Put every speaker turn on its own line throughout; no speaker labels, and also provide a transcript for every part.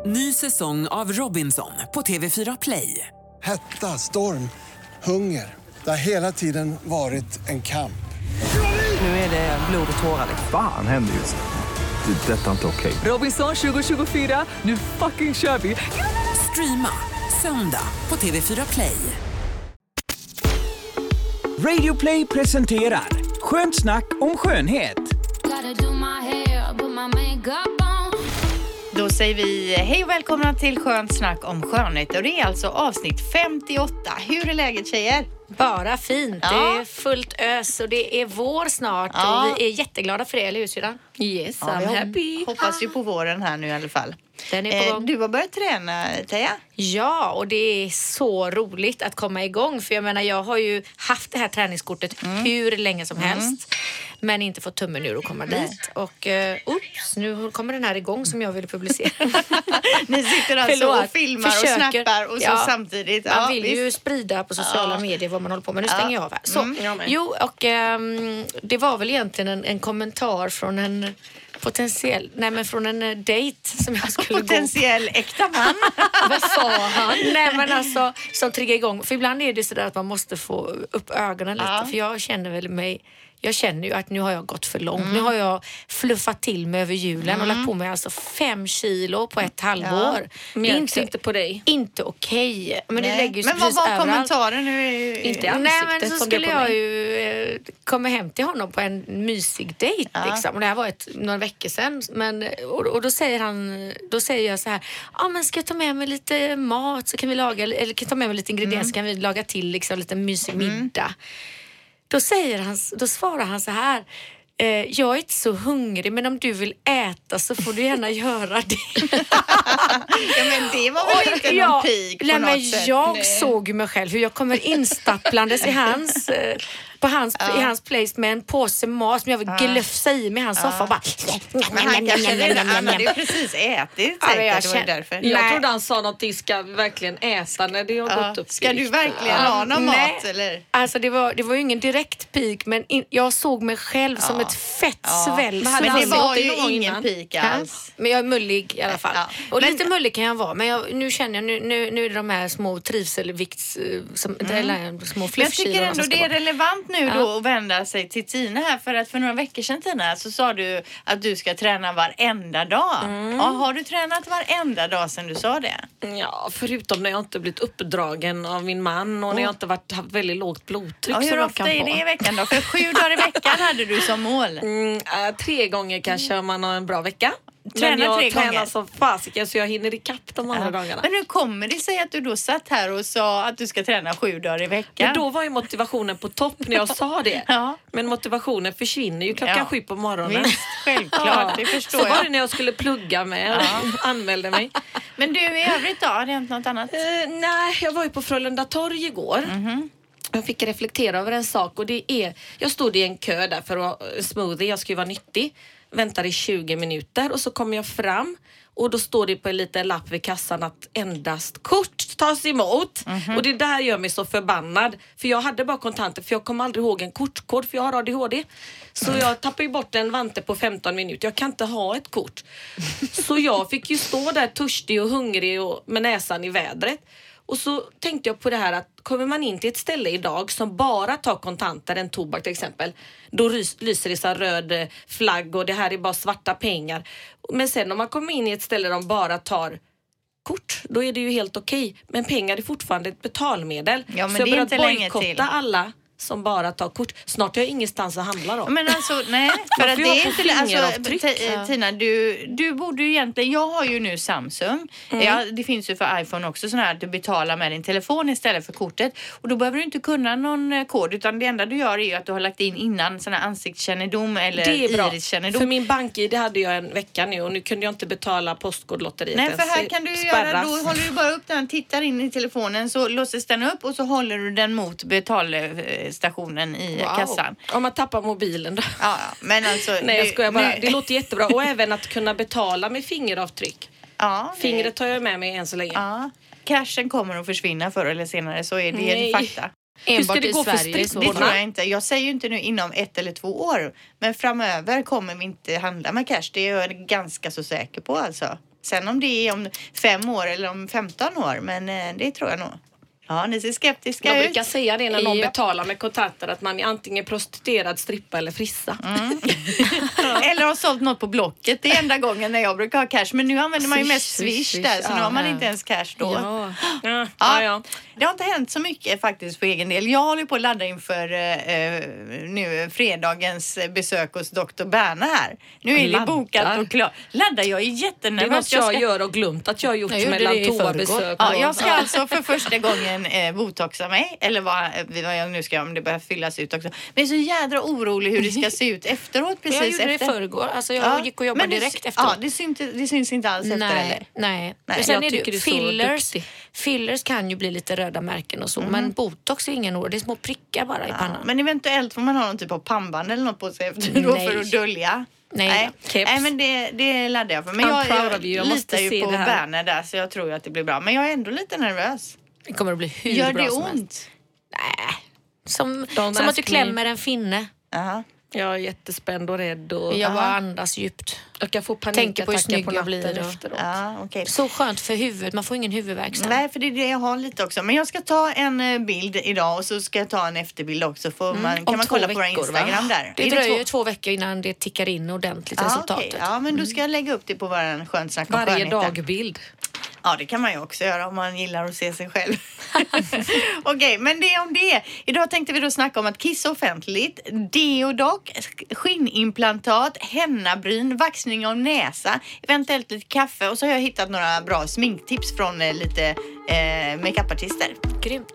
Ny säsong av Robinson på TV4 Play.
Hetta, storm, hunger. Det har hela tiden varit en kamp.
Nu är det blod och tårar.
Fan händer just nu. Det. Detta är inte okej.
Robinson 2024, nu fucking kör vi. Streama söndag på TV4 Play.
Radio Play presenterar Skönt snack om skönhet.
Då säger vi hej och välkomna till Skönt snack om skönhet. Och det är alltså avsnitt 58. Hur är läget, tjejer?
Bara fint.
Ja.
Det är fullt ös och det är vår snart.
Ja.
Och vi är jätteglada för det, eller hur syrran?
Yes,
Ja,
I'm
vi
happy.
hoppas ju på våren här nu i alla fall.
Den är på gång.
Du har börjat träna, Teija?
Ja, och det är så roligt att komma igång. För jag menar, jag har ju haft det här träningskortet hur länge som helst. Men inte fått tummen ur och komma dit. Och nu kommer den här igång som jag ville publicera.
Ni sitter alltså och filmar och snappar och så samtidigt.
Man vill ju sprida på sociala medier vad man håller på med. Nu stänger jag av här. Så, och det var väl egentligen en kommentar från en från en dejt som jag skulle
potentiell äkta man.
Vad sa han? Nej, men alltså, som triggar igång. För ibland är det sådär att man måste få upp ögonen lite. För jag känner ju att nu har jag gått för långt. Nu har jag fluffat till mig över julen och lagt på mig alltså 5 kilo på ett halvår.
Märks inte på dig.
Inte okej. Men det lägger ju
men vad var kommentaren nu?
Inte
Nej, men så
som
skulle
det på
jag
mig.
ju komma hem till honom på en mysig dejt liksom. Och det här var några veckor sedan. Och då säger jag så här: men ska jag ta med mig lite mat så kan vi laga, eller kan jag ta med mig lite ingredienser så kan vi laga till liksom lite mysig middag. Då svarar han så här: jag är inte så hungrig, men om du vill äta så får du gärna göra det.
Ja, men det var väl inte någon pik på något sätt?
Jag såg ju mig själv hur jag kommer instapplandes i hans place med en påse mat som jag vill glöfsa i med hans soffa och bara...
Men han kanske redan hade precis ätit.
Jag trodde han sa någonting, ska verkligen äta när det har gått upp.
Ska du verkligen ha någon mat eller?
Alltså det var ju ingen direkt pik, men jag såg mig själv som ett fett sväll.
Men det var ju ingen pik alls.
Men jag är mullig i alla fall. Och lite mullig kan jag vara, men nu känner jag nu är de här små trivselvikts eller små flyffkilor.
Jag tycker ändå det är relevant nu då att vända sig till Tina här, för att för några veckor sedan, Tina, så sa du att du ska träna varenda dag. Ja, har du tränat varenda dag sedan du sa det?
Ja, förutom när jag inte blivit uppdragen av min man och när jag inte haft väldigt lågt blodtryck.
Hur ofta är det i veckan då? För 7 dagar i veckan hade du som mål.
3 gånger kanske om man har en bra vecka.
Tränar
men jag
3 gånger.
tränar så fasiken så jag hinner ikapp de andra dagarna.
Men hur kommer det sig att du då satt här och sa att du ska träna 7 dagar i veckan?
Men då var ju motivationen på topp när jag sa det. Men motivationen försvinner ju klockan 7 på morgonen.
Visst, självklart, det förstår
så
jag.
var det när jag skulle plugga med och anmälde mig.
Men du, i övrigt då? Har det hänt något annat?
Nej, jag var ju på Frölunda torg igår. Jag fick reflektera över en sak, och det är, jag stod i en kö där för att smoothie, jag skulle vara nyttig. Väntade i 20 minuter och så kommer jag fram och då står det på en liten lapp vid kassan att endast kort tas emot. Och det där gör mig så förbannad. För jag hade bara kontanter, för jag kommer aldrig ihåg en kortkod, för jag har ADHD. Så jag tappar ju bort en vante på 15 minuter. Jag kan inte ha ett kort. Så jag fick ju stå där törstig och hungrig och med näsan i vädret. Och så tänkte jag på det här att kommer man in till ett ställe idag som bara tar kontanter, en tobak till exempel, då lyser det så här röd flagg och det här är bara svarta pengar. Men sen om man kommer in i ett ställe där de bara tar kort, då är det ju helt okej. Men pengar är fortfarande ett betalmedel.
Ja, men
så
det
jag
är inte länge till.
bojkotta alla som bara tar kort. Snart har jag ingenstans att handla då.
Men alltså, nej. För att det är inte
fingeravtryck.
Tina, du borde ju egentligen... Jag har ju nu Samsung. Ja, det finns ju för iPhone också sån här att du betalar med din telefon istället för kortet. Och då behöver du inte kunna någon kod, utan det enda du gör är ju att du har lagt in innan sån här ansiktskännedom eller iriskännedom.
För min bank-ID hade jag en vecka nu och nu kunde jag inte betala postkodlotteriet.
Nej, för här kan du göra, då håller du bara upp den, tittar in i telefonen, så låses den upp och så håller du den mot betalstationen i kassan.
Om man tappar mobilen då.
Ja, men alltså...
Nej, jag skojar bara. Det låter jättebra. Och även att kunna betala med fingeravtryck.
Ja,
Fingret tar jag med mig än så länge.
Ja. Cashen kommer att försvinna förr eller senare, så är det fakta.
Hur ska det gå för
Det tror jag inte. Jag säger ju inte nu inom 1 eller 2 år. Men framöver kommer vi inte handla med cash. Det är jag ganska så säker på alltså. Sen om det är om 5 år eller om 15 år, men det tror jag nog. Ja, ni ser skeptiska ut.
Jag brukar säga det när någon betalar med kontanter, att man är antingen prostituerad, strippa eller frissa.
Eller har sålt något på Blocket. Det är enda gången när jag brukar ha cash. Men nu använder man ju mest Swish där, så nu har man inte ens cash då. Ja. Det har inte hänt så mycket faktiskt för egen del. Jag håller på att ladda inför nu fredagens besök hos Dr. Berna här. Nu är det bokat och klart. Laddar, jag är jättenervös.
Det är något jag gör och glömt att jag har gjort mellan toabesök.
Ja, jag ska alltså för första gången botoxa mig. Eller vad jag nu ska, om det börjar fyllas ut också. Men jag är så jädra orolig hur det ska se ut efteråt. Precis
jag gjorde
efter.
Det förrgår. Alltså jag gick och jobbade direkt efteråt.
Ja, det syns inte alls efter eller?
Nej. Men sen är det fillers kan ju bli lite röda märken och så. Men botox är ingen ord. Det är små prickar bara i pannan.
Men eventuellt får man ha någon typ av pannband eller något på sig efter då för att dölja. Nej, men det laddar jag för. Men jag litar ju på Berner där, så jag tror att det blir bra. Men jag är ändå lite nervös.
Det kommer att bli hur
Gör
bra
det
som
ont?
Helst. Nej. Som att du klämmer en finne.
Jag är jättespänd och rädd. Och
jag bara andas djupt.
Jag kan få
tänker på hur snygg jag
blir
efteråt.
Okay.
Så skönt för huvudet. Man får ingen huvudvärk sen.
Nej, för det är det jag har lite också. Men jag ska ta en bild idag och så ska jag ta en efterbild också. Kan man kolla på våra Instagram där.
Det dröjer 2 veckor innan det tickar in ordentligt resultatet.
Okay. Ja, men då ska jag lägga upp det på våran Skönt snack om
varje dagbild.
Ja, det kan man ju också göra om man gillar att se sig själv. Okej, men det om det. Idag tänkte vi då snacka om att kissa offentligt, deodoc, skinnimplantat, hennabryn, vaxning av näsa, eventuellt lite kaffe. Och så har jag hittat några bra sminktips från lite makeupartister.
Grymt.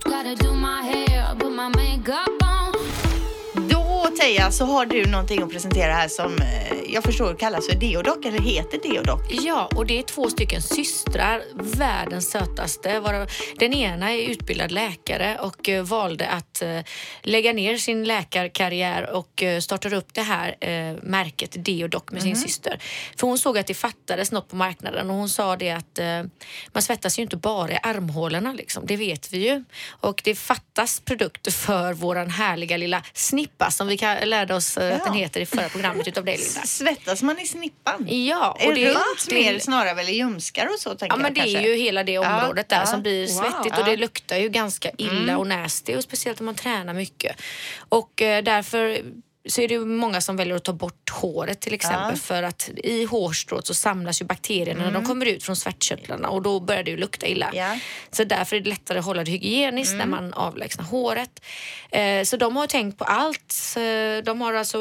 Då, Teija, så har du någonting att presentera här som jag förstår kallas för deodoc, eller heter deodoc.
Ja, och det är 2 stycken systrar, världens sötaste. Den ena är utbildad läkare och valde att lägga ner sin läkarkarriär och startar upp det här märket deodoc med sin syster. För hon såg att det fattades något på marknaden och hon sa det att man svettas ju inte bara i armhålorna liksom, det vet vi ju. Och det fattas produkter för våran härliga lilla snippa som vi lärde oss att den heter i förra programmet utav dig, Linda.
Svettas man i snippan?
Ja.
Och det är runt mer snarare väl i ljumskar och så, tänker jag.
Men det
kanske
är ju hela det området där som blir svettigt och det luktar ju ganska illa och nasty, och speciellt om man tränar mycket. Och därför så är det många som väljer att ta bort håret till exempel, för att i hårstrået så samlas ju bakterierna när de kommer ut från svettkörtlarna och då börjar det ju lukta illa. Så därför är det lättare att hålla det hygieniskt när man avlägsnar håret. Så de har tänkt på allt. De har alltså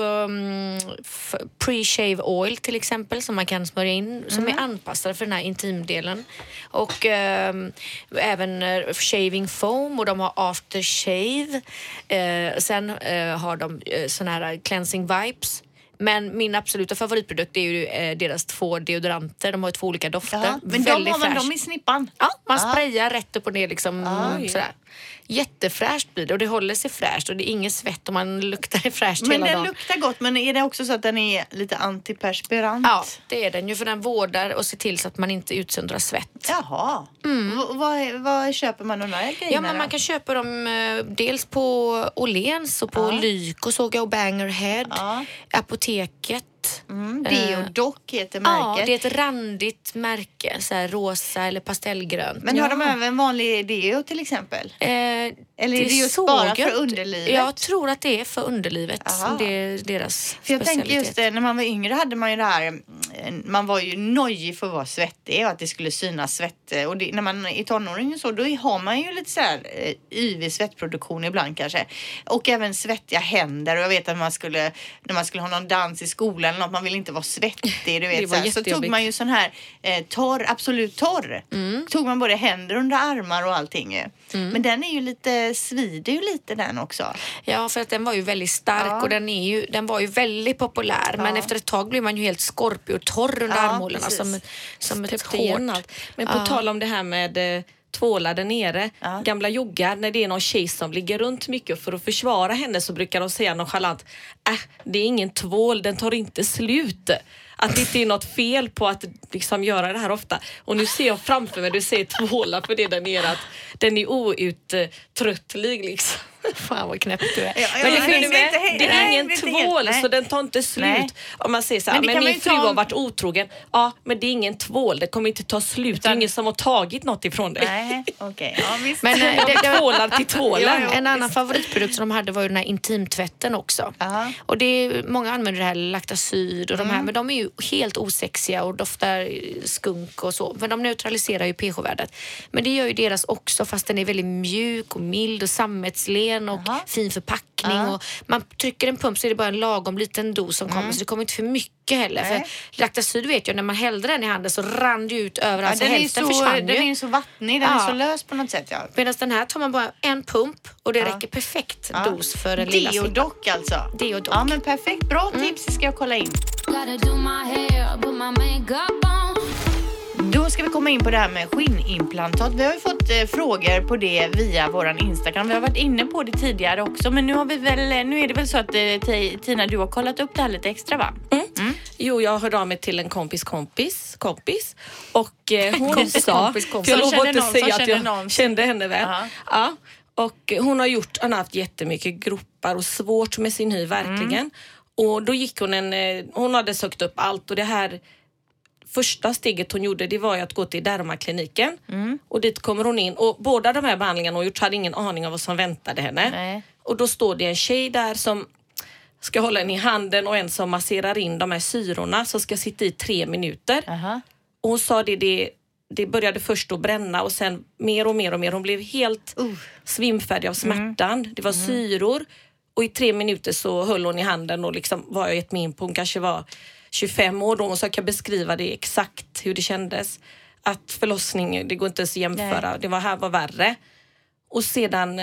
pre-shave oil till exempel som man kan smörja in, som är anpassade för den här intimdelen. Och även shaving foam, och de har aftershave. Sen har de såna här cleansing vibes. Men min absoluta favoritprodukt är ju deras 2 deodoranter. De har ju 2 olika dofter.
Men de har man dem i snippan?
Ja, man sprayar rätt upp och ner liksom sådär. Jättefräscht blir det, och det håller sig fräscht och det är ingen svett och man luktar fräscht hela dagen.
Men den luktar gott, men är det också så att den är lite antiperspirant?
Ja, det är den ju, för den vårdar och ser till så att man inte utsöndrar svett.
Jaha. Vad köper man de här grejerna?
Ja, men man kan köpa dem dels på Åhléns och på Lyko, såg och Bangerhead, apoteket.
Deodoc heter märket.
Ja, det är ett randigt märke, så här rosa eller pastellgrönt.
Men har de även vanlig deo till exempel? Eller är det just bara för underlivet?
Jag tror att det är för underlivet som det är deras
för jag
specialitet.
tänker just det, när man var yngre hade man ju det här, man var ju nojig för att vara svettig och att det skulle synas svett. Och när man är tonåring och så, då har man ju lite så här yvig svettproduktion ibland kanske. Och även svettiga händer, och jag vet att när man skulle ha någon dans i skolan eller något, man vill inte vara svettig, du vet, så tog man ju sån här absolut torr. Tog man både händer under armar och allting. Men den är ju lite, svider ju lite den också.
Ja, för att den var ju väldigt stark och den var ju väldigt populär. Men efter ett tag blir man ju helt skorpig och torr under armhålorna som ett hårt.
Men på tal om det här med tvålar där nere, gamla joggar, när det är någon tjej som ligger runt mycket, för att försvara henne så brukar de säga nonchalant, det är ingen tvål, den tar inte slut. Att det inte är något fel på att liksom göra det här ofta. Och nu ser jag framför mig, du säger tvålar för det där nere, att den är outtröttlig liksom.
Fan vad knäppt du är.
Men det är ingen tvål så den tar inte slut.
Nej.
Om man säger så här, men min fru har varit otrogen. Ja, men det är ingen tvål. Det kommer inte ta slut. Det är ingen som har tagit något ifrån dig.
Nej, okej. Ja, visst.
Men
det tvålar till tvålen.
En annan favoritprodukt som de hade var ju den här intimtvätten också. Och det är, många använder det här Lactacyd och de här, men de är ju helt osexiga och doftar skunk och så. Men de neutraliserar ju pH-värdet. Men det gör ju deras också, fast den är väldigt mjuk och mild och sammetslen och fin förpackning. Och man trycker en pump så är det bara en lagom liten dos som kommer, så det kommer inte för mycket heller. För Lactacyd vet jag, när man hällde den i handen så rann det ut överallt.
Den
Den
är ju så vattnig, den är så lös på något sätt. Ja.
Medan den här tar man bara en pump och det räcker perfekt dos för en lilla snippa.
Deodoc alltså.
Deodoc.
Ja, men perfekt. Bra tips, ska jag kolla in. Då ska vi komma in på det här med skinnimplantat. Vi har ju fått frågor på det via våran Instagram. Vi har varit inne på det tidigare också. Men nu är det väl så att Tina, du har kollat upp det här lite extra, va?
Jo, jag hörde av mig till en kompis. Och hon sa... För jag lovar inte säga att jag kände henne väl. Ja. Och hon har haft jättemycket gropar och svårt med sin hy, verkligen. Och då gick hon hade sökt upp allt och det här... Första steget hon gjorde, det var ju att gå till dermakliniken. Och dit kommer hon in. Och båda de här behandlingarna hon gjort hade ingen aning om vad som väntade henne. Nej. Och då står det en tjej där som ska hålla henne i handen och en som masserar in de här syrorna som ska sitta i 3 minuter. Och hon sa det började först att bränna och sen mer och mer. Hon blev helt svimfärdig av smärtan. Det var syror. Och i 3 minuter så höll hon i handen och liksom var jag gett mig in på. Hon kanske var 25 år då, så jag kan beskriva det exakt hur det kändes. Att förlossning, det går inte ens att jämföra. Nej. Det var värre. Och sedan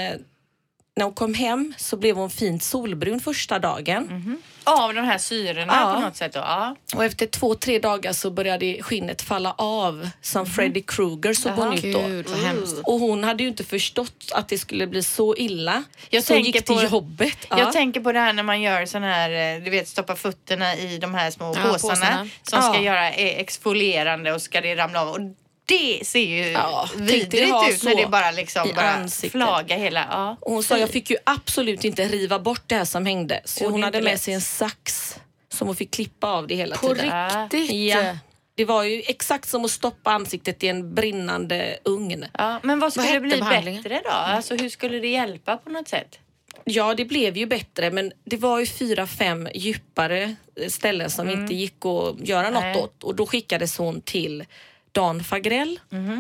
när hon kom hem så blev hon fint solbrun första dagen.
Av de här syrorna på något sätt då? Ja.
Och efter 2-3 dagar så började skinnet falla av som Freddy Krueger såg hon ut då.
Gud, vad hemskt.
Och hon hade ju inte förstått att det skulle bli så illa. Så hon gick till jobbet.
Jag tänker på det här när man gör sån här, du vet, stoppa fötterna i de här små påsarna som ska göra exfolierande och ska det ramla av. Och det ser ju vidrigt ut när det bara liksom flaga hela. Ja.
Och hon sa, jag fick ju absolut inte riva bort det här som hängde. Så hon hade med sig en sax som hon fick klippa av det hela tiden.
På riktigt?
Ja. Det var ju exakt som att stoppa ansiktet i en brinnande ugn.
Ja, men vad skulle bli bättre då? Alltså hur skulle det hjälpa på något sätt?
Ja, det blev ju bättre, men det var ju 4-5 djupare ställen som inte gick att göra något åt. Och då skickades hon till Dan Fagrell.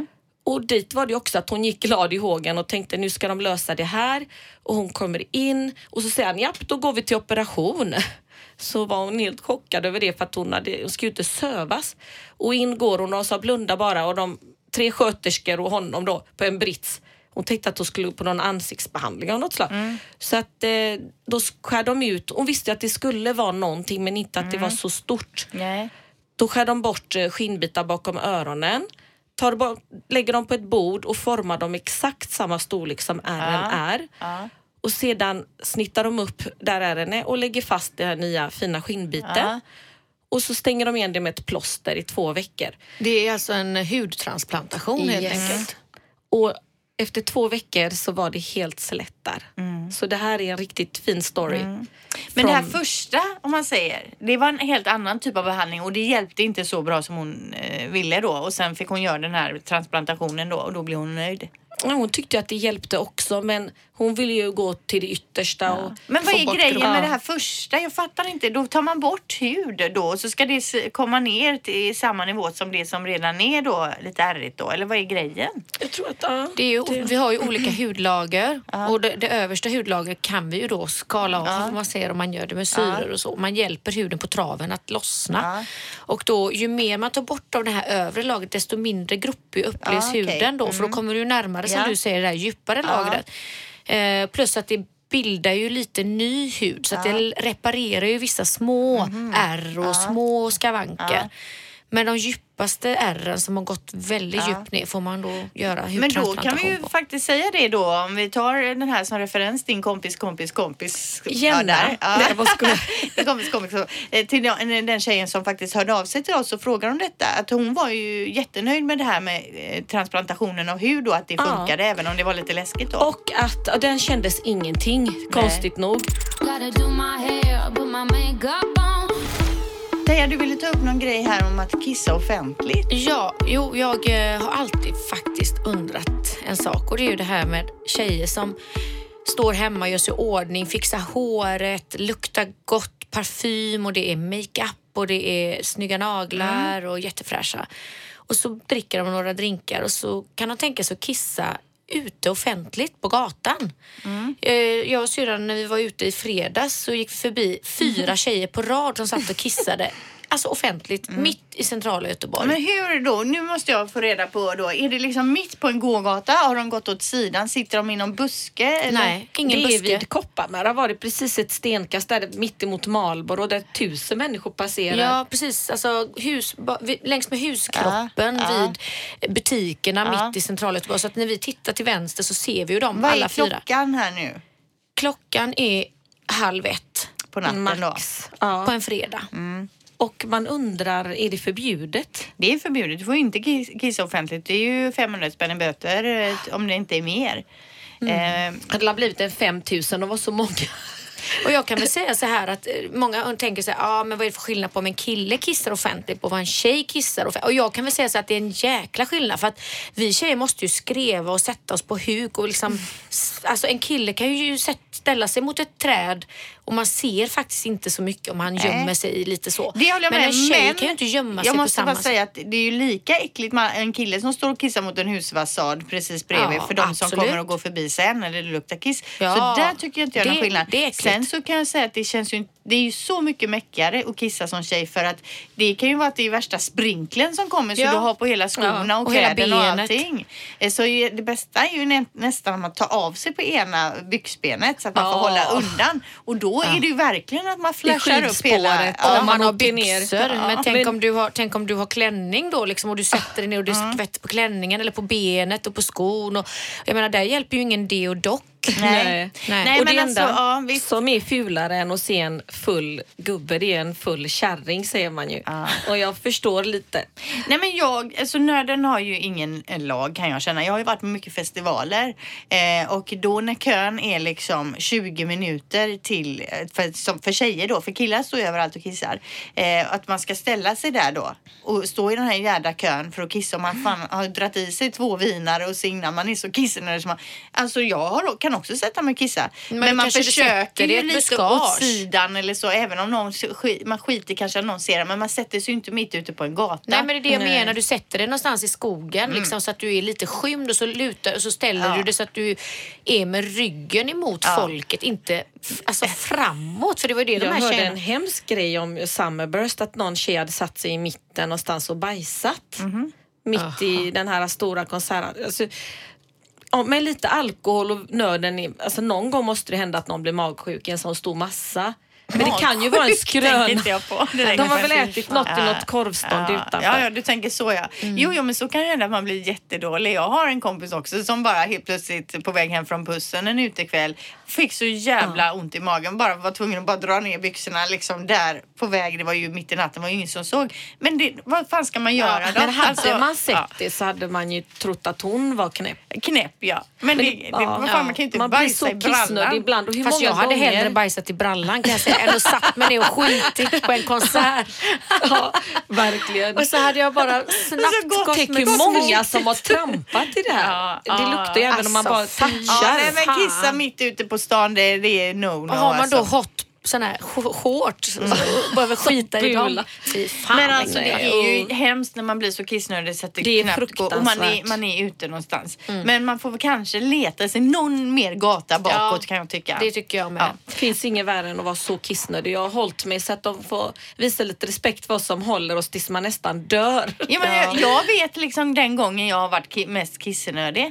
Och dit var det också att hon gick glad i hågen och tänkte nu ska de lösa det här. Och hon kommer in och så säger han, ja, då går vi till operation. Så var hon helt chockad över det för att hon skulle inte sövas. Och in går hon och sa blunda bara och de 3 sköterskor och honom då på en brits. Hon tänkte att hon skulle på någon ansiktsbehandling av något slag. Så att då skär de ut. Hon visste att det skulle vara någonting men inte att det var så stort.
Nej.
Då skär de bort skinnbitar bakom öronen. Lägger dem på ett bord och formar dem exakt samma storlek som ärren är. Och sedan snittar de upp där ärren är och lägger fast det här nya fina skinnbiten. Och så stänger de igen det med ett plåster i 2 veckor.
Det är alltså en hudtransplantation helt enkelt.
Och efter 2 veckor så var det helt slätt där. Så det här är en riktigt fin story.
Men det här första, om man säger, det var en helt annan typ av behandling och det hjälpte inte så bra som hon ville då. Och sen fick hon göra den här transplantationen då och då blev hon nöjd.
Ja, hon tyckte att det hjälpte också, men hon ville ju gå till det yttersta. Och
men vad är grejen med det här första? Jag fattar inte. Då tar man bort hud då och så ska det komma ner till samma nivå som det som redan är då lite ärrigt då. Eller vad är grejen?
Jag tror att
vi har ju olika hudlager och det översta hudlagret kan vi ju då skala av vad man ser om man gör det med syror och så. Man hjälper huden på traven att lossna. Och då ju mer man tar bort av det här övre lagret desto mindre gruppig upplevs huden då. För då kommer du närmare som du säger det här djupare lagret. Plus att det bildar ju lite ny hud så att det reparerar ju vissa små ärr och små skavanker. Men de djupaste ärren som har gått väldigt djupt ner får man då göra hudtransplantation.
Men då kan vi ju faktiskt säga det då, om vi tar den här som referens, din kompis.
Jenna.
Kompis. Till den tjejen som faktiskt hörde av sig till oss och frågade om detta. Att hon var ju jättenöjd med det här med transplantationen av hud och att det funkade även om det var lite läskigt då.
Och att den kändes ingenting, konstigt nog.
Teija, du ville ta upp någon grej här om att kissa offentligt.
Ja, jag har alltid faktiskt undrat en sak. Och det är ju det här med tjejer som står hemma, gör sig i ordning, fixar håret, luktar gott, parfym och det är makeup och det är snygga naglar och jättefräscha. Och så dricker de några drinkar och så kan de tänka sig att kissa ute offentligt på gatan. Jag och syrran, när vi var ute i fredags så gick vi förbi 4 tjejer på rad som satt och kissade. Alltså offentligt, mitt i centrala Göteborg.
Men hur då? Nu måste jag få reda på då. Är det liksom mitt på en gågata? Har de gått åt sidan? Sitter de i någon buske? Eller?
Nej, ingen
det
buske.
är vid Kopparmära var det precis ett stenkast där mitt emot Malborg och där 1000 människor passerar.
Ja, precis. Alltså längs med huskroppen vid butikerna mitt i centrala Göteborg. Så att när vi tittar till vänster så ser vi ju dem alla 4.
Vad är klockan här nu?
Klockan är 12:30
på natten
Max.
då?
Ja.
på en fredag.
Och man undrar, är det förbjudet?
Det är förbjudet. Du får ju inte kissa offentligt. Det är ju 500 spänn i böter om det inte är mer.
Det har blivit en 5000 och var så många.
Och jag kan väl säga så här att många tänker så här, men vad är det för skillnad på om en kille kissar offentligt på vad en tjej kissar offentligt? Och jag kan väl säga så att det är en jäkla skillnad för att vi tjejer måste ju skreva och sätta oss på huk och liksom, alltså en kille kan ju ställa sig mot ett träd och man ser faktiskt inte så mycket om han gömmer sig lite så.
Det håller jag med,
men en tjej
men
kan ju inte gömma sig på samma sätt.
Jag måste bara säga att det är ju lika äckligt med en kille som står och kissar mot en husfasad precis bredvid för de som kommer och går förbi sen eller det luktar kiss.
Ja,
så där tycker jag inte jag är någon skillnad.
Det är
sen så kan jag säga att det är ju så mycket mäckigare att kissa som tjej för att det kan ju vara att det är värsta sprinklen som kommer så du har på hela skorna och kläderna och allting. Så det bästa är ju nästan att man tar av sig på ena byxbenet så att man får hålla undan. Och då är det ju verkligen att man flashar upp hela...
Om man har byxor. Men tänk om du har klänning då liksom, och du sätter dig ner och du skvätter på klänningen eller på benet och på skon. Och, jag menar, där hjälper ju ingen deodock.
Nej.
Nej,
Och
men
det
alltså,
enda som är fulare än att se en full gubbe, det är en full kärring, säger man ju. Och jag förstår lite.
Nej, men nöden har ju ingen lag, kan jag känna. Jag har ju varit på mycket festivaler och då när kön är liksom 20 minuter till för tjejer då, för killar står överallt och kissar, att man ska ställa sig där då och stå i den här jävla kön för att kissa, om man fan har dratt i sig 2 vinare och så innan man är så kissnödig som man, alltså jag kan också sätta mig och kissa. Men man försöker ju lite åt sidan eller så, även om man skiter kanske att någon ser det, men man sätter sig ju inte mitt ute på en gata.
Nej, men det är det jag menar. Du sätter dig någonstans i skogen liksom, så att du är lite skymd och så lutar och så ställer du det så att du är med ryggen emot folket, inte alltså framåt, för det var ju det de här
tjejerna. Jag
hörde
en hemsk grej om Summerburst, att någon tjej hade satt sig i mitten någonstans och bajsat. Mitt i den här stora konserten. Alltså, med lite alkohol och nöden, alltså någon gång måste det hända att någon blir magsjuk i en sån stor massa. Men det kan ju vara en skröna. De har väl ätit något i något korvstånd utanför.
Ja, du tänker så Jo, men så kan det hända att man blir jättedålig. Jag har en kompis också som bara helt plötsligt på väg hem från bussen en utekväll fick så jävla ont i magen. Bara var tvungen att bara dra ner byxorna liksom där på väg. Det var ju mitt i natten, var ju ingen som såg. Men vad fan ska man göra då?
Men hade man sett det så hade man ju trott att hon var knäpp.
Knäpp, ja. Men man kan ju inte
man
bajsa i brallan.
Ibland. Och
fast jag hade hellre bajsat i brallan, kan jag säga, än att satt mig ner och skitit på en konsert.
Ja, verkligen.
Och så hade jag bara snabbt gått
med många som har trampat i det här. Det luktar ju även om man bara touchar.
Nej, men kissa mitt ute på stan, det är no.
Och har man då hot sån här shorts och behöver skita i dem.
Men alltså det är ju hemskt när man blir så kissnödig så att det är knappt går. Och man är ute någonstans. Men man får väl kanske leta sig någon mer gata bakåt, kan jag tycka.
Det tycker jag med.
Det finns inget värre än att vara så kissnödig. Jag har hållit mig så att de får visa lite respekt för oss som håller oss tills man nästan dör.
Ja, men jag vet liksom den gången jag har varit mest kissnödig.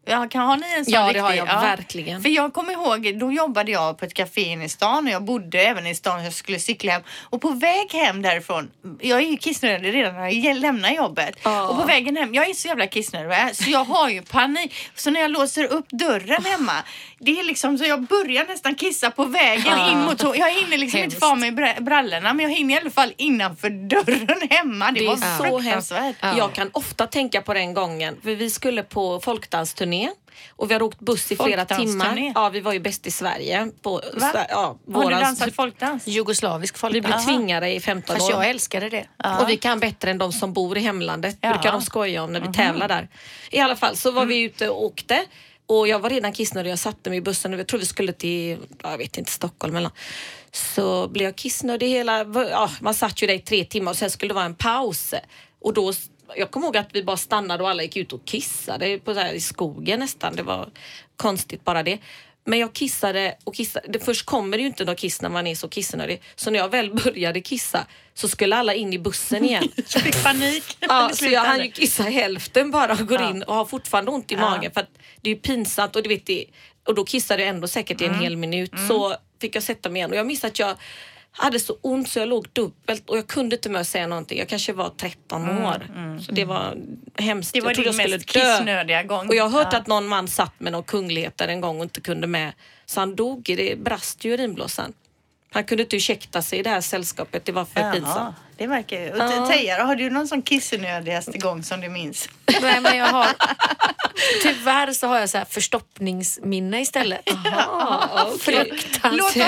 Ja, har ni en sån
Ja,
riktig?
det har jag verkligen.
För jag kommer ihåg, då jobbade jag på ett café inne i stan och jag bodde även i stan. Jag skulle cykla hem. Och på väg hem därifrån, jag är ju kissnödig redan när jag lämnar jobbet. Och på vägen hem, jag är så jävla kissnödig så jag har ju panik. Så när jag låser upp dörren hemma, det är liksom så jag börjar nästan kissa på vägen in mot... Jag hinner liksom inte få av mig brallorna, men jag hinner i alla fall innanför dörren hemma. Det var så fruktansvärt.
Jag kan ofta tänka på den gången. För vi skulle på folkdansturné och vi har åkt buss i flera timmar. Ja, vi var ju bäst i Sverige.
Har du dansat folkdans?
Jugoslavisk folkdans.
Vi blev tvingade i 15 år.
Fast jag älskade det.
Och vi kan bättre än de som bor i hemlandet. Brukar de skoja om när vi tävlar där. I alla fall så var vi ute och åkte. Och jag var redan kissnödig. Jag satte mig i bussen och jag tror vi skulle till, jag vet inte, Stockholm eller. Så blev jag kissnödig hela... man satt ju där i 3 timmar och sen skulle det vara en paus. Och då... Jag kommer ihåg att vi bara stannade och alla gick ut och kissade på så här i skogen nästan. Det var konstigt bara det. Men jag kissade och kissade. Först kommer det ju inte någon kiss när man är så kissnödig. Så när jag väl började kissa så skulle alla in i bussen igen.
Jag fick panik.
Så jag hann ju kissa hälften bara och går in och har fortfarande ont i magen. För att det är ju pinsamt och du vet det. Och då kissade jag ändå säkert i en hel minut. Så fick jag sätta mig igen. Och jag minns att jag hade så ont så jag låg dubbelt och jag kunde inte med säga någonting. Jag kanske var 13 år. Så det var hemskt.
Det var
jag
din mest kissnödiga gång.
Och jag har hört att någon man satt med någon kunglighet där en gång och inte kunde med. Så han dog. Det brast ju urinblåsan. Han kunde inte ursäkta sig i det här sällskapet. Det var för pinsamt.
Det verkar ju. Teija, har du någon sån kissnödigaste gång som du minns?
Nej, men jag har... Tyvärr så har jag så här förstoppningsminne istället. Fruktansvärt.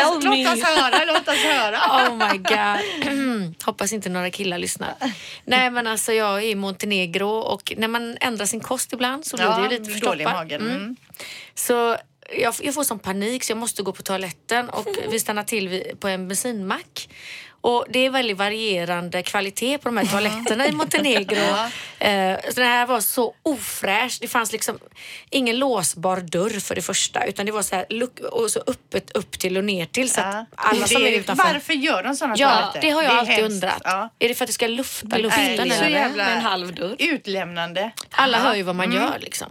Låt oss höra.
Oh my god. Hoppas inte några killar lyssnar. Nej, men alltså jag är i Montenegro och när man ändrar sin kost ibland så blir det ju lite förstoppad.
Dålig i magen.
Så jag får sån panik så jag måste gå på toaletten och vi stannar till på en bensinmack. Och det är väldigt varierande kvalitet på de här toaletterna i Montenegro. Så det här var så ofräscht. Det fanns liksom ingen låsbar dörr för det första. Utan det var så här och så öppet upp till och ner till. Så att alla som är utanför...
Varför gör de sådana toaletter?
Ja, det har jag alltid undrat. Är det för att det ska lufta luften?
Så jävla
med en halv dörr.
Utlämnande.
Alla hör ju vad man gör liksom.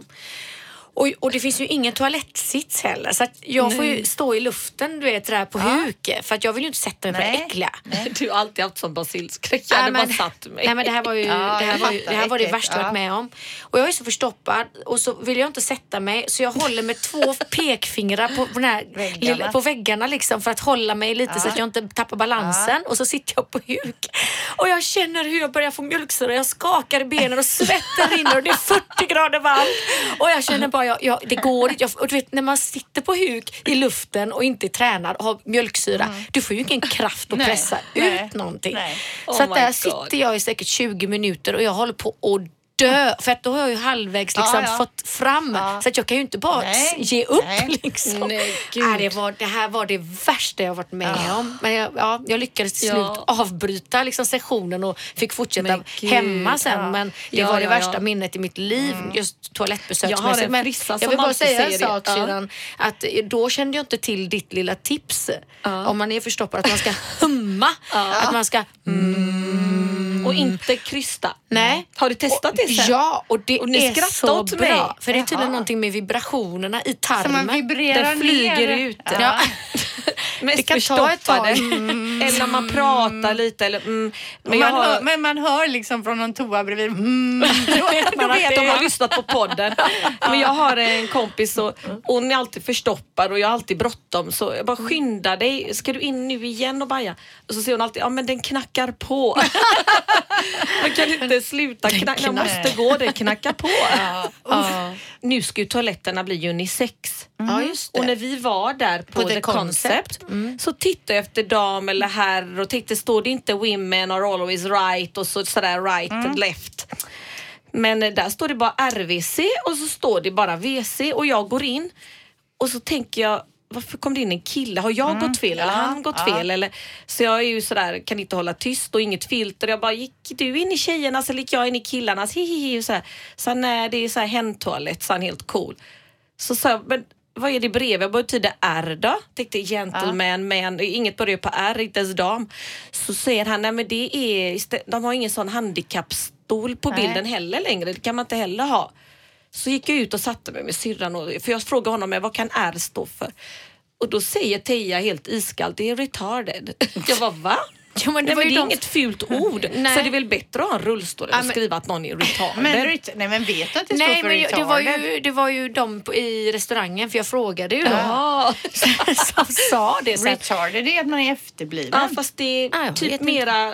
Och det finns ju ingen toalettsits heller. Så att jag får ju stå i luften, du vet, där på huk. För att jag vill ju inte sätta mig på det äckliga.
Du har alltid haft sån basilskräck. Jag hade bara satt mig.
Nej, men det här var ju det här var det värsta jag varit med om. Och jag är så förstoppad. Och så vill jag inte sätta mig. Så jag håller med 2 pekfingrar på den här på väggarna liksom. För att hålla mig lite så att jag inte tappar balansen. Och så sitter jag på huk. Och jag känner hur jag börjar få mjölksyra. Jag skakar i benen och svetten rinner. Och det är 40 grader varmt. Och jag känner bara det går inte. Och du vet, när man sitter på huk i luften och inte är tränad och har mjölksyra, du får ju ingen kraft att pressa ut någonting. Så att där sitter jag i säkert 20 minuter och jag håller på att dö. För att då har jag ju halvvägs liksom fått fram. Så att jag kan ju inte bara ge upp liksom. Det här var det värsta jag varit med om. Men jag lyckades till slut avbryta liksom sessionen och fick fortsätta hemma sen. Men det var det värsta minnet i mitt liv. Just toalettbesöksmässigt. Men jag vill bara säga en sak sedan. Att då kände jag inte till ditt lilla tips. Om man är förstoppad att man ska humma. Att man ska
och inte krysta.
Nej.
Har du testat det sen?
Ja, och det är så
åt
bra.
mig.
För det är tydligen någonting med vibrationerna i tarmen.
Så man vibrerar
den flyger
ner.
ut.
Ja.
Mest
det kan ta ett tag.
Eller när man pratar lite. Eller,
men man hör liksom från någon toa bredvid.
Då vet de har lyssnat på podden. Men jag har en kompis och hon är alltid förstoppad och jag har alltid bråttom. Så jag bara skynda dig. Ska du in nu igen och baja? Och så säger hon alltid, men den knackar på. Man kan inte sluta knacka. Jag måste gå, den knackar på. Nu ska ju toaletterna bli unisex.
Ja, just det.
Och när vi var där på The Concept så tittade jag efter dam eller herr och tänkte, står det inte women are always right och sådär right and left. Men där står det bara RVC och så står det bara WC och jag går in och så tänker jag, varför kom det in en kille? Har jag gått fel eller han gått fel? Eller, så jag är ju sådär, kan inte hålla tyst och inget filter. Jag bara, gick du in i tjejernas eller gick jag in i killarnas? Hihihi, så nej, det är så här hemtoalett, så han helt cool. Så sa jag, men vad är det bredvid? Jag betyder R då? Tänkte gentleman, man, inget börjar på R, inte ens dam. Så säger han, nej men det är, de har ingen sån handikappstol på bilden heller längre. Det kan man inte heller ha. Så gick jag ut och satte mig med syrran. För jag frågade honom, vad kan R stå för? Och då säger Teija helt iskallt, det är retarded. Jag var, va?
Ja, men det var
är inget fult ord.
Nej.
Så det är väl bättre att ha en rullstol än att skriva att någon är retarded.
Men vet du att det står för retarded?
Det var ju de i restaurangen, för jag frågade ju som sa det.
Retarded, det är att man är efterbliven.
Ja, fast det är typ mera...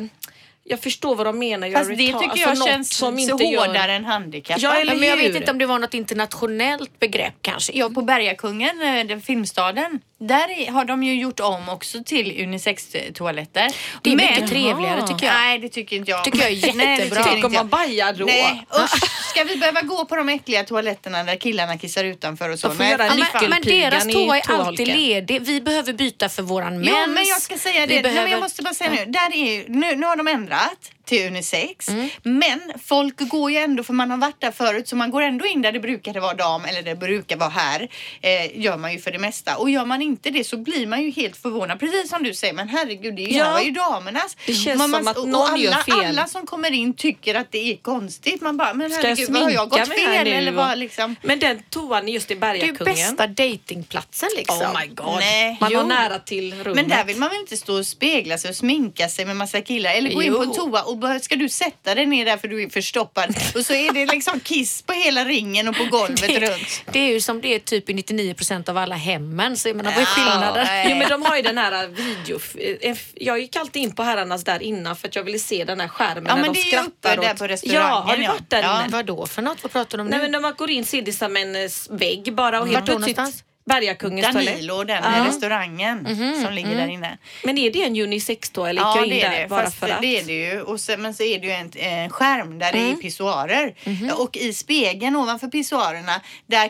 jag förstår vad de menar.
Fast det tycker jag känns så hårdare än handikapp.
Ja, men jag vet inte om det var något internationellt begrepp kanske.
Ja, på Bergakungen, den filmstaden, där har de ju gjort om också till unisex-toaletter.
Det är mycket trevligare tycker jag.
Nej, det tycker inte jag.
Tycker jag är jättebra.
Tänk om man bajar då.
Nej, ska vi behöva gå på de äckliga toaletterna där killarna kissar utanför och så?
Men deras toa är alltid ledig. Vi behöver byta för våran mens.
Ja, men jag ska säga det. Nej, men jag måste bara säga nu har de ändrat till unisex. Men folk går ju ändå, för man har varit där förut, så man går ändå in där det brukade vara dam eller det brukar vara här. Gör man ju för det mesta. Och gör man inte det så blir man ju helt förvånad. Precis som du säger, men herregud, det var ju damernas.
Det känns som att någon gör fel.
Alla som kommer in tycker att det är konstigt. Man bara, men herregud, har jag gått fel? Eller vad liksom?
Men den toan just i Bergakungen.
Det är ju bästa datingplatsen liksom.
Oh my god.
Nej,
man var nära till rummet.
Men där vill man väl inte stå och spegla sig och sminka sig med massa killar. Eller gå in på en toa och ska du sätta dig ner där för du är förstoppad. Och så är det liksom kiss på hela ringen och på golvet runt.
Det är ju som det är typ i 99% av alla hemmen. Så jag menar, vad är skillnaden?
Jo, men de har ju den här video... Jag gick alltid in på herrarnas där innan för att jag ville se den här skärmen när de skrattar.
Ja, men det är uppe där på restaurangen.
Ja, har du varit där?
Ja. Vad då för något? Vad pratar de om nu?
Nej, men när man går in ser det som en vägg bara och helt plötsligt... Bergakungens toalett.
Danilo, den restaurangen som ligger där inne.
Men är det en unisex då? Eller
ja,
in
det är
där
det.
bara
Fast
för att?
det är det ju. Men så är det ju en skärm där det är pissoarer. Och i spegeln ovanför pissoarerna,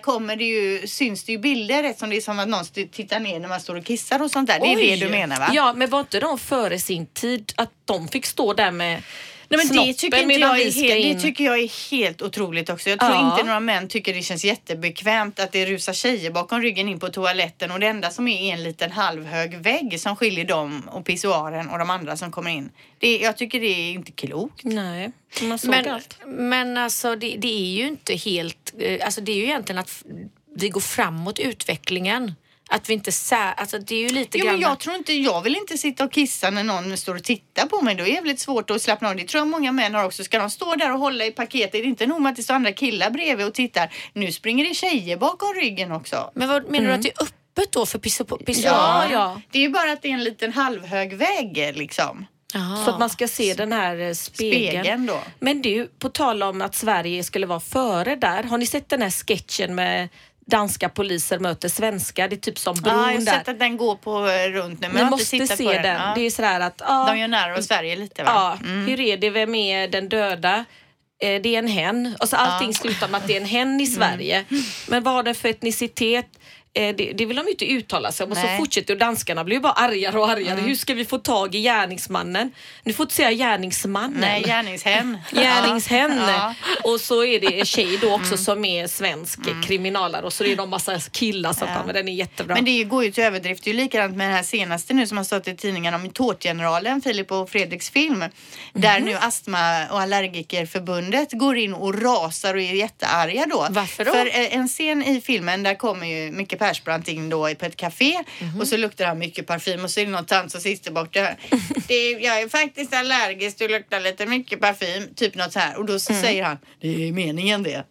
där syns det ju bilder, eftersom det är som att någon tittar ner när man står och kissar och sånt där. Det är det du menar, va?
Ja, men var inte de före sin tid att de fick stå där med...
Nej, men det tycker jag är helt otroligt också. Jag tror inte några män tycker det känns jättebekvämt att det rusar tjejer bakom ryggen in på toaletten och det enda som är en liten halvhög vägg som skiljer dem och pissoaren och de andra som kommer in. Jag tycker det är inte klokt.
Nej, man såg allt.
Men alltså det är ju inte helt... Alltså det är ju egentligen att vi går framåt utvecklingen. Att vi inte alltså det är ju lite grann...
men jag vill inte sitta och kissa när någon står och tittar på mig. Då är det jävligt svårt att slappna av. Det tror jag många män har också. Ska de stå där och hålla i paketet? Det är inte nog med att det står andra killar bredvid och tittar. Nu springer det tjejer bakom ryggen också.
Men vad menar du att det är öppet då för pissoar?
Ja, det är ju bara att det är en liten halvhög vägg liksom.
Aha.
Så att man ska se den här spegeln
då.
Men du, på tal om att Sverige skulle vara före där. Har ni sett den här sketchen med danska poliser möter svenska? Det är typ som bron där.
Jag har sett att den går på runt nu. Men
ni måste se den. Ja. Det är sådär att...
de gör nära av Sverige lite, va?
Ja, hur är det? Vem är den döda? Det är en hen. Alltså allting slutar med att det är en hen i Sverige. Men vad har den för etnicitet? Det vill de ju inte uttala sig om. Och så fortsätter och danskarna blir ju bara argare och argare. Hur ska vi få tag i gärningsmannen? Nu får inte säga gärningsmannen.
Nej, gärningshen.
Gärningshen. Ja. Och så är det en tjej då också som är svensk kriminalare. Och så är det en massa killar som men den är jättebra.
Men det går ju till överdrift. Det är ju likadant med den här senaste nu som har stått i tidningen om Tårtgeneralen, Filip och Fredriks film. Där nu Astma- och allergikerförbundet går in och rasar och är jättearga då.
Varför då?
För en scen i filmen, där kommer ju Micke Persbrandt in då på ett café och så luktar han mycket parfym och så är det någon tant som sitter bort där. Jag är faktiskt allergisk, du luktar lite mycket parfym, typ något så här. Och då säger han, det är meningen det.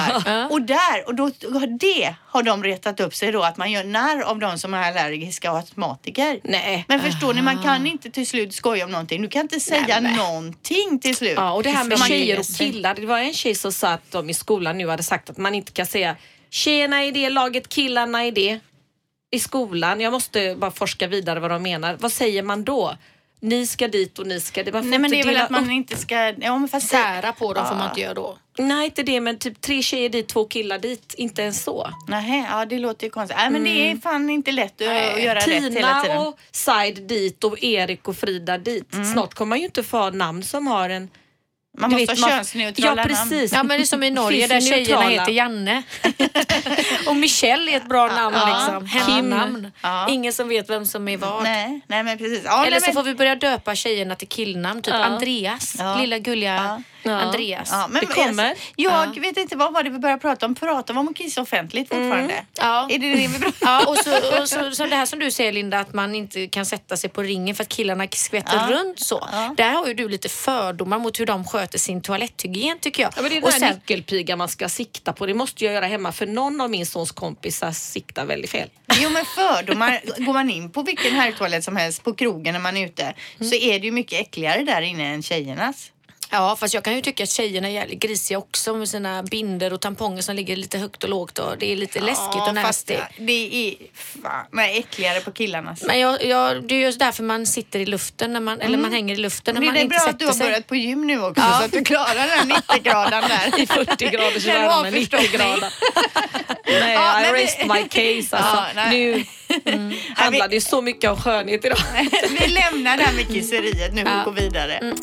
Och då det har de retat upp sig då, att man gör när av de som är allergiska och astmatiker.
Nej.
Men förstår ni, man kan inte till slut skoja om någonting. Du kan inte säga någonting till slut.
Ja, och det här med tjejer och killar. Det var en tjej som sa att de i skolan nu hade sagt att man inte kan säga tjejerna i det laget, killarna i det i skolan. Jag måste bara forska vidare vad de menar. Vad säger man då? Ni ska dit och ni ska...
Nej, men det är väl att man inte ska... Ja, men fast
sära på dem får man inte göra då.
Nej, inte det, men typ 3 tjejer dit, 2 killar dit. Inte ens så.
Nej, ja, det låter ju konstigt. Nej, men det är fan inte lätt att göra
Tina
rätt hela tiden.
och Said dit och Erik och Frida dit. Snart kommer man ju inte få namn som har en
Man måste ha könsneutrala
Ja, precis.
Ja, men det är som i Norge där tjejerna heter Janne. Och Michelle är ett bra namn liksom. Hemnamn. Ingen som vet vem som är vad.
Nej men precis. Ja,
eller så får vi börja döpa tjejerna till killnamn. Typ Andreas. Lilla gulliga Andreas.
Ja, men
det kommer.
Jag vet inte, vad var det vi började prata om? Pratar vi om att kissa offentligt fortfarande?
Ja.
Är det vi pratar om?
Ja, och så det här som du säger, Linda, att man inte kan sätta sig på ringen för att killarna skvätter runt så. Där har ju du lite fördomar mot hur de sköter sin toaletthygien, tycker jag.
Ja, men det är den här nyckelpiga man ska sikta på. Det måste jag göra hemma, för någon av min sons kompisar siktar väldigt fel.
Jo, men fördomar, går man in på vilken herrtoalett som helst på krogen när man är ute, så är det ju mycket äckligare där inne än tjejernas.
Ja, fast jag kan ju tycka att tjejerna är jävligt grisiga också med sina binder och tamponger som ligger lite högt och lågt, och det är lite läskigt och nasty.
Det är fan äckligare på killarnas.
Men det är just därför man sitter i luften när man, eller man hänger i luften när man inte sätter sig.
Det är bra att du har börjat på gym nu också, så att du klarar den 90-graden där.
I 40 graders värme, 90 grader. Nej, I rest my case. Alltså. Nu handlar det så mycket om skönhet idag.
Vi lämnar det här med kisseriet nu och går vidare.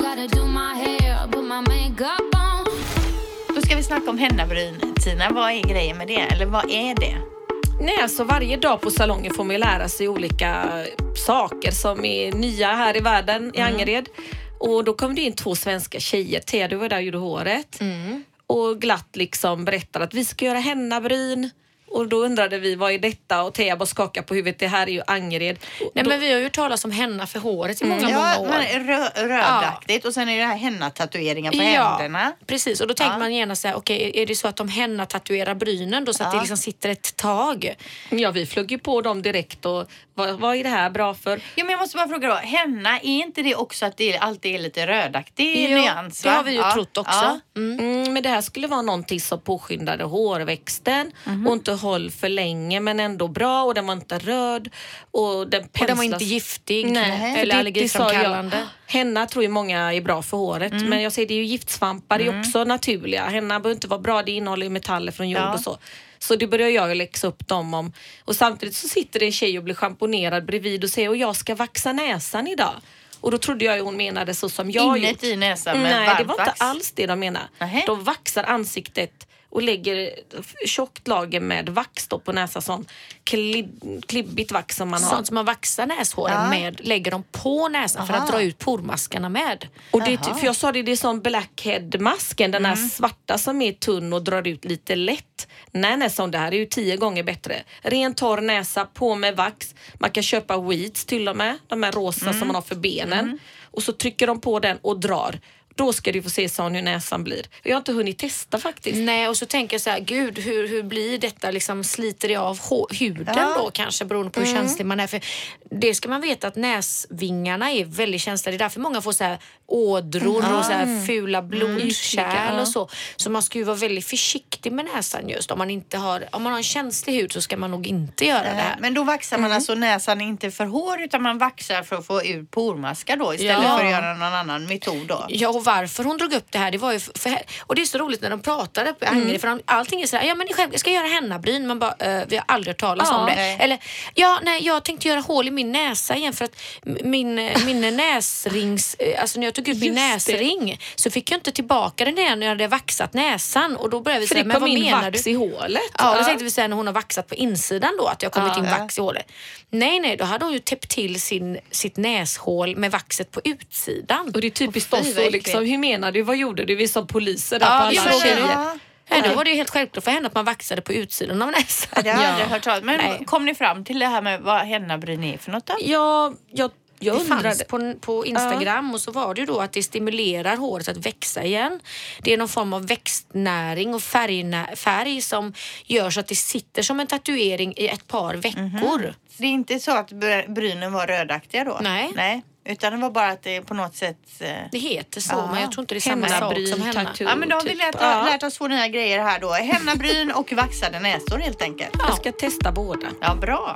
Då ska vi snacka om hennabryn, Tina. Vad är grejen med det? Eller vad är det?
Nej, alltså varje dag på salongen får man lära sig olika saker som är nya här i världen i Angered. Och då kom det in 2 svenska tjejer. Thea, du var där och gjorde håret. Och glatt liksom berättade att vi ska göra hennabryn. Och då undrade vi, vad är detta? Och Thea bara skakade på huvudet, det här är ju Angered.
Nej, men vi har ju hört som henna för håret i många år.
Rödaktigt. Och sen är det här henna-tatueringar på händerna.
Precis, och då tänker man gärna säga, okej, är det så att de henna-tatuerar brynen då, så att det liksom sitter ett tag?
Ja, vi flög ju på dem direkt, och vad är det här bra för?
Ja, men jag måste bara fråga då, henna, är inte det också att det alltid är lite rödaktig nyans?
Det har vi ju trott också.
Men det här skulle vara någonting som påskyndade hårväxten och inte höll för länge, men ändå bra, och den var inte röd och den
var inte giftig.
Nej,
eller allergiframkallande.
Henna tror ju många är bra för håret, men jag säger det är ju giftsvampar, det är också naturliga. Henna behöver inte vara bra, det innehåller ju metaller från jord och så. Så det börjar jag läxa upp dem om. Och samtidigt så sitter det en tjej och blir schamponerad bredvid och säger, och jag ska vaxa näsan idag. Och då trodde jag hon menade så som jag
Inuti i näsan med
Nej, det var
varmvax.
inte alls det de menade. De vaxar ansiktet och lägger tjockt lager med vax då på näsan, sån klibbigt vax som man har.
Sånt som man vaxar näshåren med, lägger de på näsan för att dra ut pormaskarna med.
Och det, för jag sa det är som blackhead-masken, den här svarta som är tunn och drar ut lite lätt. Nej, som det här är ju 10 gånger bättre. Ren torr näsa, på med vax. Man kan köpa weeds till och med, de här rosa som man har för benen. Och så trycker de på den och drar. Då ska du få se hur näsan blir. Jag har inte hunnit testa faktiskt.
Nej, och så tänker jag så här, gud, hur blir detta? Liksom, sliter det av huden då kanske, beroende på hur känslig man är? För det ska man veta, att näsvingarna är väldigt känsliga. Det är därför många får så här ådror och så här fula blodkärl och så. Så man ska ju vara väldigt försiktig med näsan just. Om man har en känslig hud så ska man nog inte göra det här.
Men då vaxar man alltså näsan inte för hår, utan man vaxar för att få ut pormaskar då, istället för att göra någon annan metod då.
Ja, och varför hon drog upp det här, det var ju och det är så roligt när de pratade på Angered, för allting är så här, ja men jag ska göra hennabryn, man bara, vi har aldrig hört talas om det. Eller, jag tänkte göra hål i min näsa igen, för att min näsrings, alltså när jag tog ut min näsring så fick jag inte tillbaka den igen när jag hade vaxat näsan, och då började vi säga, men vad menar du?
Vax i hålet?
Ja, då tänkte vi säga när hon har vaxat på insidan då, att jag kommit in vax i hålet. Nej, då hade hon ju täppt till sitt näshål med vaxet på utsidan.
Och det är typiskt oss, liksom, hur menar du? Vad gjorde du? Vi som poliser där på alla tjejer.
Då var det ju helt självklart för henne att man vaxade på utsidan av näsan.
Det har jag aldrig hört talas. Men kom ni fram till det här med vad hennabryn är för något då?
Jag undrade.
Det fanns på Instagram och så var det ju då att det stimulerar håret att växa igen. Det är någon form av växtnäring och färg som gör så att det sitter som en tatuering i ett par veckor.
Det är inte så att brynen var rödaktiga då?
Nej.
Utan det var bara att det på något sätt...
Det heter så, men jag tror inte det är samma sak som henna.
Ja, men då har vi lärt oss 2 nya grejer här då. Hennabryn och vaxade näsor helt enkelt.
Jag ska testa båda.
Ja, bra.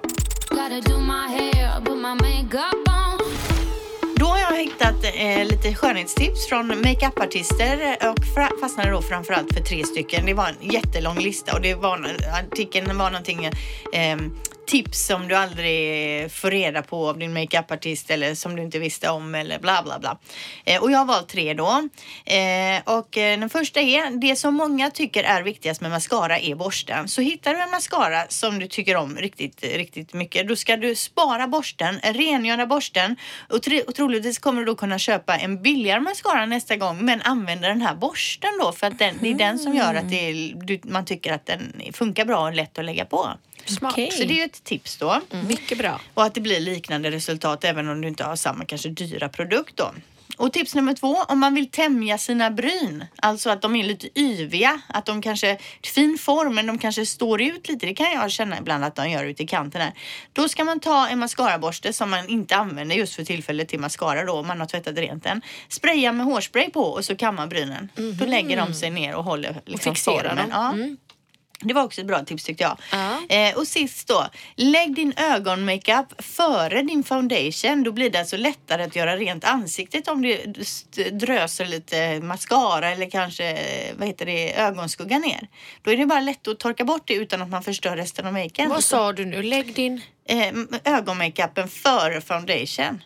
Då har jag hittat lite skönhetstips från make-up-artister och fastnade då framförallt för 3 stycken. Det var en jättelång lista och artikeln var någonting tips som du aldrig får reda på av din makeupartist eller som du inte visste om eller bla bla bla. Och jag har valt 3 då. Och den första är, det som många tycker är viktigast med mascara är borsten. Så hittar du en mascara som du tycker om riktigt mycket, då ska du spara borsten, rengöra borsten och troligtvis kommer du då kunna köpa en billigare mascara nästa gång, men använda den här borsten då för att det är den som gör att man tycker att den funkar bra och lätt att lägga på.
Smart.
Så det är ju ett tips då.
Mycket bra.
Och att det blir liknande resultat även om du inte har samma kanske dyra produkt då. Och tips nummer 2, om man vill tämja sina bryn, alltså att de är lite yviga, att de kanske fin form men de kanske står ut lite, det kan jag känna ibland att de gör ute i kanten här. Då ska man ta en mascaraborste som man inte använder just för tillfället till mascara då, om man har tvättat rent den. Spraya med hårspray på och så kammar brynen. Då lägger de sig ner och håller liksom
och fixerar
formen. Ja. Det var också ett bra tips tyckte jag. Och sist då, lägg din ögonmakeup före din foundation. Då blir det alltså lättare att göra rent ansiktet om det dröser lite mascara eller kanske ögonskugga ner. Då är det bara lätt att torka bort det utan att man förstör resten av makeupen.
Vad sa du nu? Lägg din...
ögonmakeupen före foundation.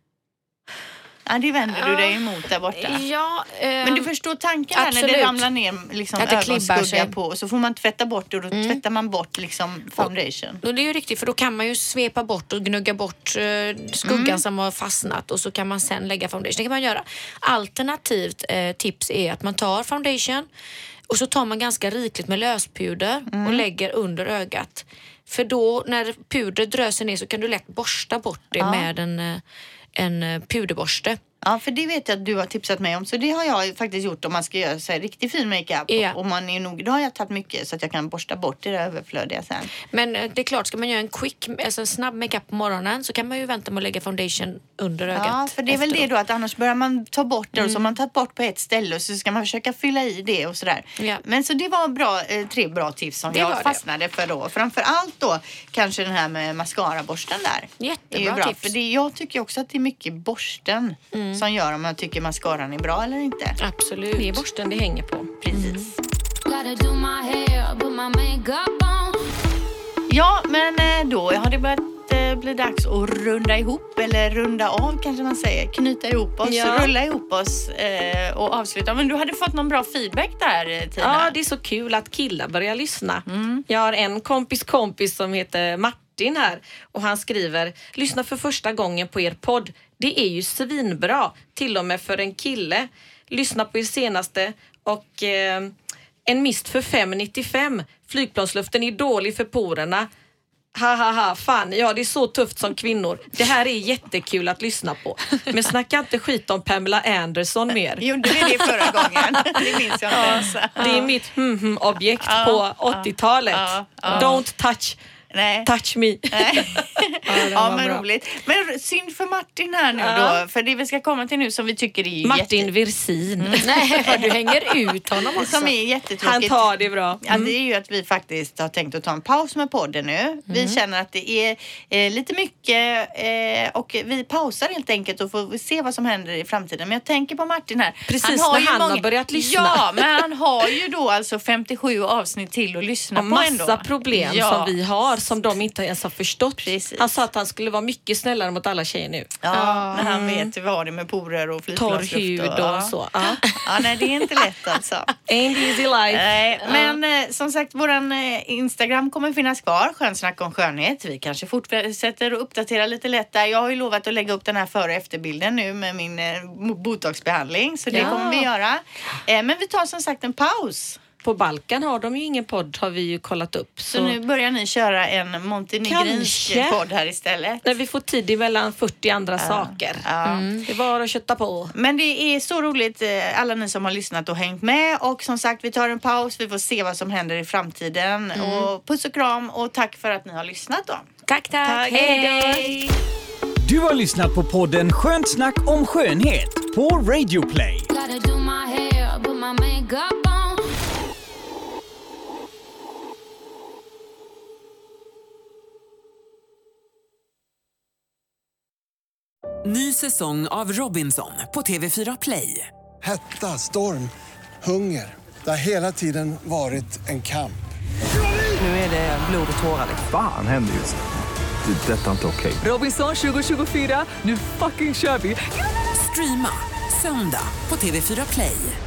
Ja, det vänder du dig emot där borta.
Ja,
men du förstår tanken här när det ramlar ner liksom ögonskugga på och så får man tvätta bort det och då tvättar man bort liksom foundation.
Och det är ju riktigt, för då kan man ju svepa bort och gnugga bort skuggan som har fastnat och så kan man sen lägga foundation. Det kan man göra. Alternativt tips är att man tar foundation och så tar man ganska rikligt med löspuder och lägger under ögat. För då när pudret dröser ner så kan du lätt borsta bort det med en puderborste. Ja, för det vet jag att du har tipsat mig om. Så det har jag faktiskt gjort om man ska göra så här riktigt fin makeup. Ja. Och man är nog, då har jag tagit mycket så att jag kan borsta bort det där överflödiga sen. Men det är klart, ska man göra en snabb makeup på morgonen så kan man ju vänta med att lägga foundation under ögat. Ja, för det är väl det då att annars börjar man ta bort det och så har man tagit bort på ett ställe och så ska man försöka fylla i det och sådär. Ja. Men så det var 3 bra tips som jag fastnade för då. Framförallt då kanske den här med mascaraborsten där. Jättebra bra tips. För jag tycker också att det är mycket borsten som gör om man tycker mascaran är bra eller inte. Absolut.
Det är borsten det hänger på.
Precis. Ja, men då har det börjat bli dags att runda ihop eller runda av kanske man säger. Knyta ihop oss, rulla ihop oss och avsluta. Men du hade fått någon bra feedback där, Tina.
Ja, det är så kul att killar börjar lyssna. Jag har en kompis som heter Martin här och han skriver: lyssna för första gången på er podd. Det är ju svinbra, till och med för en kille. Lyssna på er senaste och en mist för 5,95. Flygplansluften är dålig för porerna. Fan, ja det är så tufft som kvinnor. Det här är jättekul att lyssna på. Men snacka inte skit om Pamela Anderson mer.
Gjorde vi det förra gången? Det minns jag inte ens.
Det är mitt objekt på 80-talet. Don't touch me.
Ja, men roligt. Men synd för Martin här nu då. För det vi ska komma till nu som vi tycker är
Martin Virsin.
Nej, vad du hänger ut honom också.
Som är jättetråkigt.
Han tar det bra.
Ja, det är ju att vi faktiskt har tänkt att ta en paus med podden nu. Vi känner att det är lite mycket och vi pausar helt enkelt och får se vad som händer i framtiden. Men jag tänker på Martin här.
Precis, han har börjat lyssna.
Ja, men han har ju då alltså 57 avsnitt till att lyssna på ändå.
Massa problem som vi har som de inte ens har förstått.
Precis.
Han sa att han skulle vara mycket snällare mot alla tjejer nu.
Ja, när han vet vad det med porer och flygplansluft.
Torr hud och så. Ja,
nej, det är inte lätt alltså.
Ain't easy life.
Men som sagt, våran Instagram kommer finnas kvar. Skönsnack om skönhet. Vi kanske fortsätter att uppdatera lite lätt där. Jag har ju lovat att lägga upp den här före- och efterbilden nu med min botoxbehandling. Så det kommer vi göra. Men vi tar som sagt en paus.
På Balkan har de ju ingen podd, har vi ju kollat upp.
Så nu börjar ni köra en montenegrinsk podd här istället.
När vi får tid emellan 40 andra saker. Det var att kötta på.
Men det är så roligt, alla ni som har lyssnat och hängt med. Och som sagt, vi tar en paus. Vi får se vad som händer i framtiden. Och puss och kram och tack för att ni har lyssnat då.
Tack.
Hej.
Du har lyssnat på podden Skönt snack om skönhet på Radio Play.
Ny säsong av Robinson på TV4 Play.
Hetta, storm, hunger. Det har hela tiden varit en kamp.
Nu är det blod och tårar.
Fan händer just det. Detta är inte okej.
Robinson 2024, nu fucking kör vi!
Streama söndag på TV4 Play.